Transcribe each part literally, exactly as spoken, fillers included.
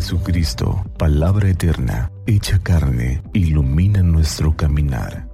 Jesucristo, palabra eterna, hecha carne, ilumina nuestro caminar.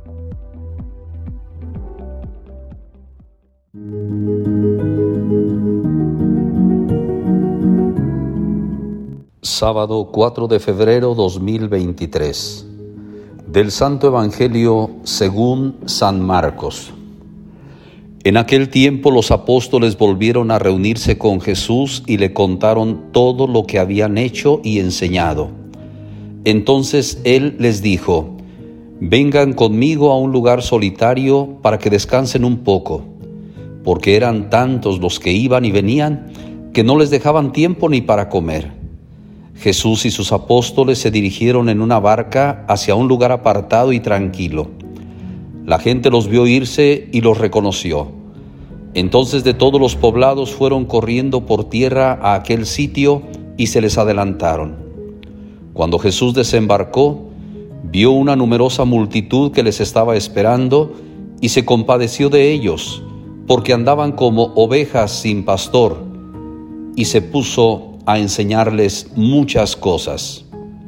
Sábado cuatro de febrero dos mil veintitrés. Del Santo Evangelio según San Marcos. En aquel tiempo los apóstoles volvieron a reunirse con Jesús y le contaron todo lo que habían hecho y enseñado. Entonces él les dijo: vengan conmigo a un lugar solitario para que descansen un poco, porque eran tantos los que iban y venían que no les dejaban tiempo ni para comer. Jesús y sus apóstoles se dirigieron en una barca hacia un lugar apartado y tranquilo. La gente los vio irse y los reconoció. Entonces de todos los poblados fueron corriendo por tierra a aquel sitio y se les adelantaron. Cuando Jesús desembarcó, vio una numerosa multitud que les estaba esperando y se compadeció de ellos, porque andaban como ovejas sin pastor, y se puso a enseñarles muchas cosas.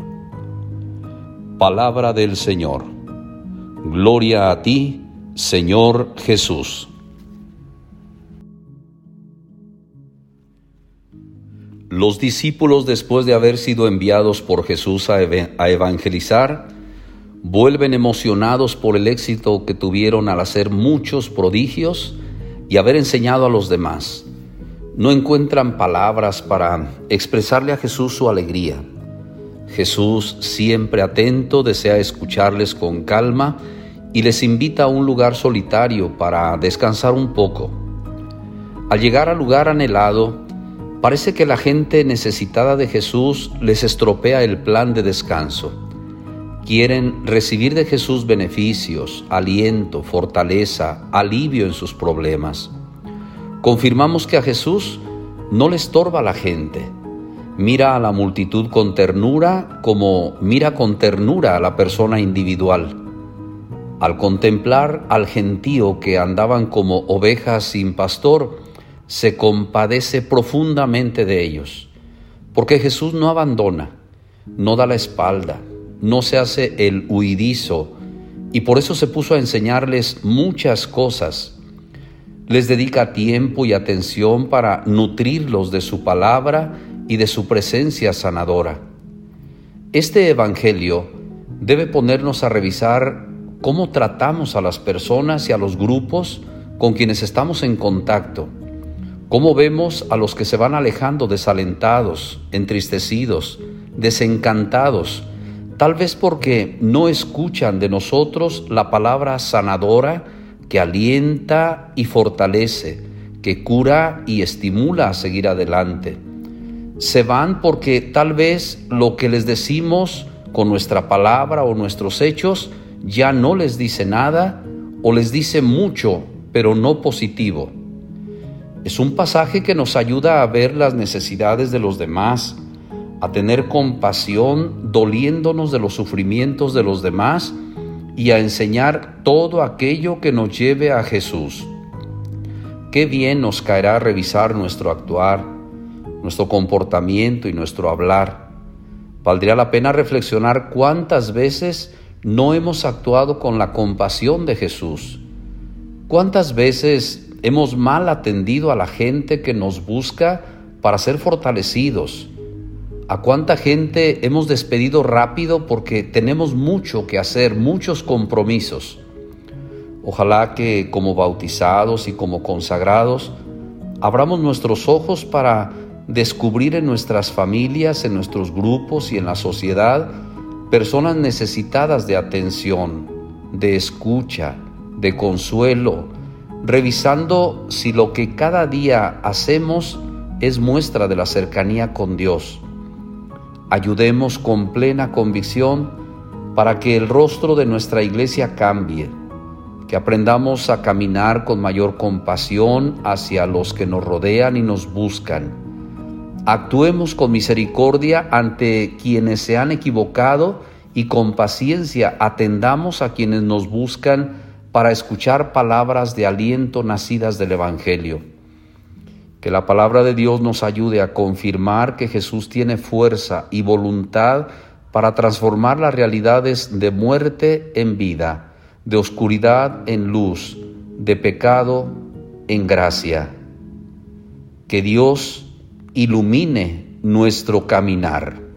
Palabra del Señor. Gloria a ti, Señor Jesús. Los discípulos, después de haber sido enviados por Jesús a, ev- a evangelizar, vuelven emocionados por el éxito que tuvieron al hacer muchos prodigios y haber enseñado a los demás. No encuentran palabras para expresarle a Jesús su alegría. Jesús, siempre atento, desea escucharles con calma y les invita a un lugar solitario para descansar un poco. Al llegar al lugar anhelado, parece que la gente necesitada de Jesús les estropea el plan de descanso. Quieren recibir de Jesús beneficios, aliento, fortaleza, alivio en sus problemas. Confirmamos que a Jesús no le estorba a la gente. Mira a la multitud con ternura como mira con ternura a la persona individual. Al contemplar al gentío que andaban como ovejas sin pastor, se compadece profundamente de ellos, porque Jesús no abandona, no da la espalda, no se hace el huidizo, y por eso se puso a enseñarles muchas cosas. Les dedica tiempo y atención para nutrirlos de su palabra y de su presencia sanadora. Este evangelio debe ponernos a revisar cómo tratamos a las personas y a los grupos con quienes estamos en contacto. Cómo vemos a los que se van alejando desalentados, entristecidos, desencantados, tal vez porque no escuchan de nosotros la palabra sanadora que alienta y fortalece, que cura y estimula a seguir adelante. Se van porque tal vez lo que les decimos con nuestra palabra o nuestros hechos ya no les dice nada o les dice mucho, pero no positivo. Es un pasaje que nos ayuda a ver las necesidades de los demás, a tener compasión doliéndonos de los sufrimientos de los demás y a enseñar todo aquello que nos lleve a Jesús. Qué bien nos caerá revisar nuestro actuar, nuestro comportamiento y nuestro hablar. Valdría la pena reflexionar cuántas veces no hemos actuado con la compasión de Jesús. Cuántas veces hemos mal atendido a la gente que nos busca para ser fortalecidos. ¿A cuánta gente hemos despedido rápido porque tenemos mucho que hacer, muchos compromisos? Ojalá que como bautizados y como consagrados abramos nuestros ojos para descubrir en nuestras familias, en nuestros grupos y en la sociedad personas necesitadas de atención, de escucha, de consuelo, revisando si lo que cada día hacemos es muestra de la cercanía con Dios. Ayudemos con plena convicción para que el rostro de nuestra iglesia cambie, que aprendamos a caminar con mayor compasión hacia los que nos rodean y nos buscan. Actuemos con misericordia ante quienes se han equivocado y con paciencia atendamos a quienes nos buscan para escuchar palabras de aliento nacidas del Evangelio. Que la palabra de Dios nos ayude a confirmar que Jesús tiene fuerza y voluntad para transformar las realidades de muerte en vida, de oscuridad en luz, de pecado en gracia. Que Dios ilumine nuestro caminar.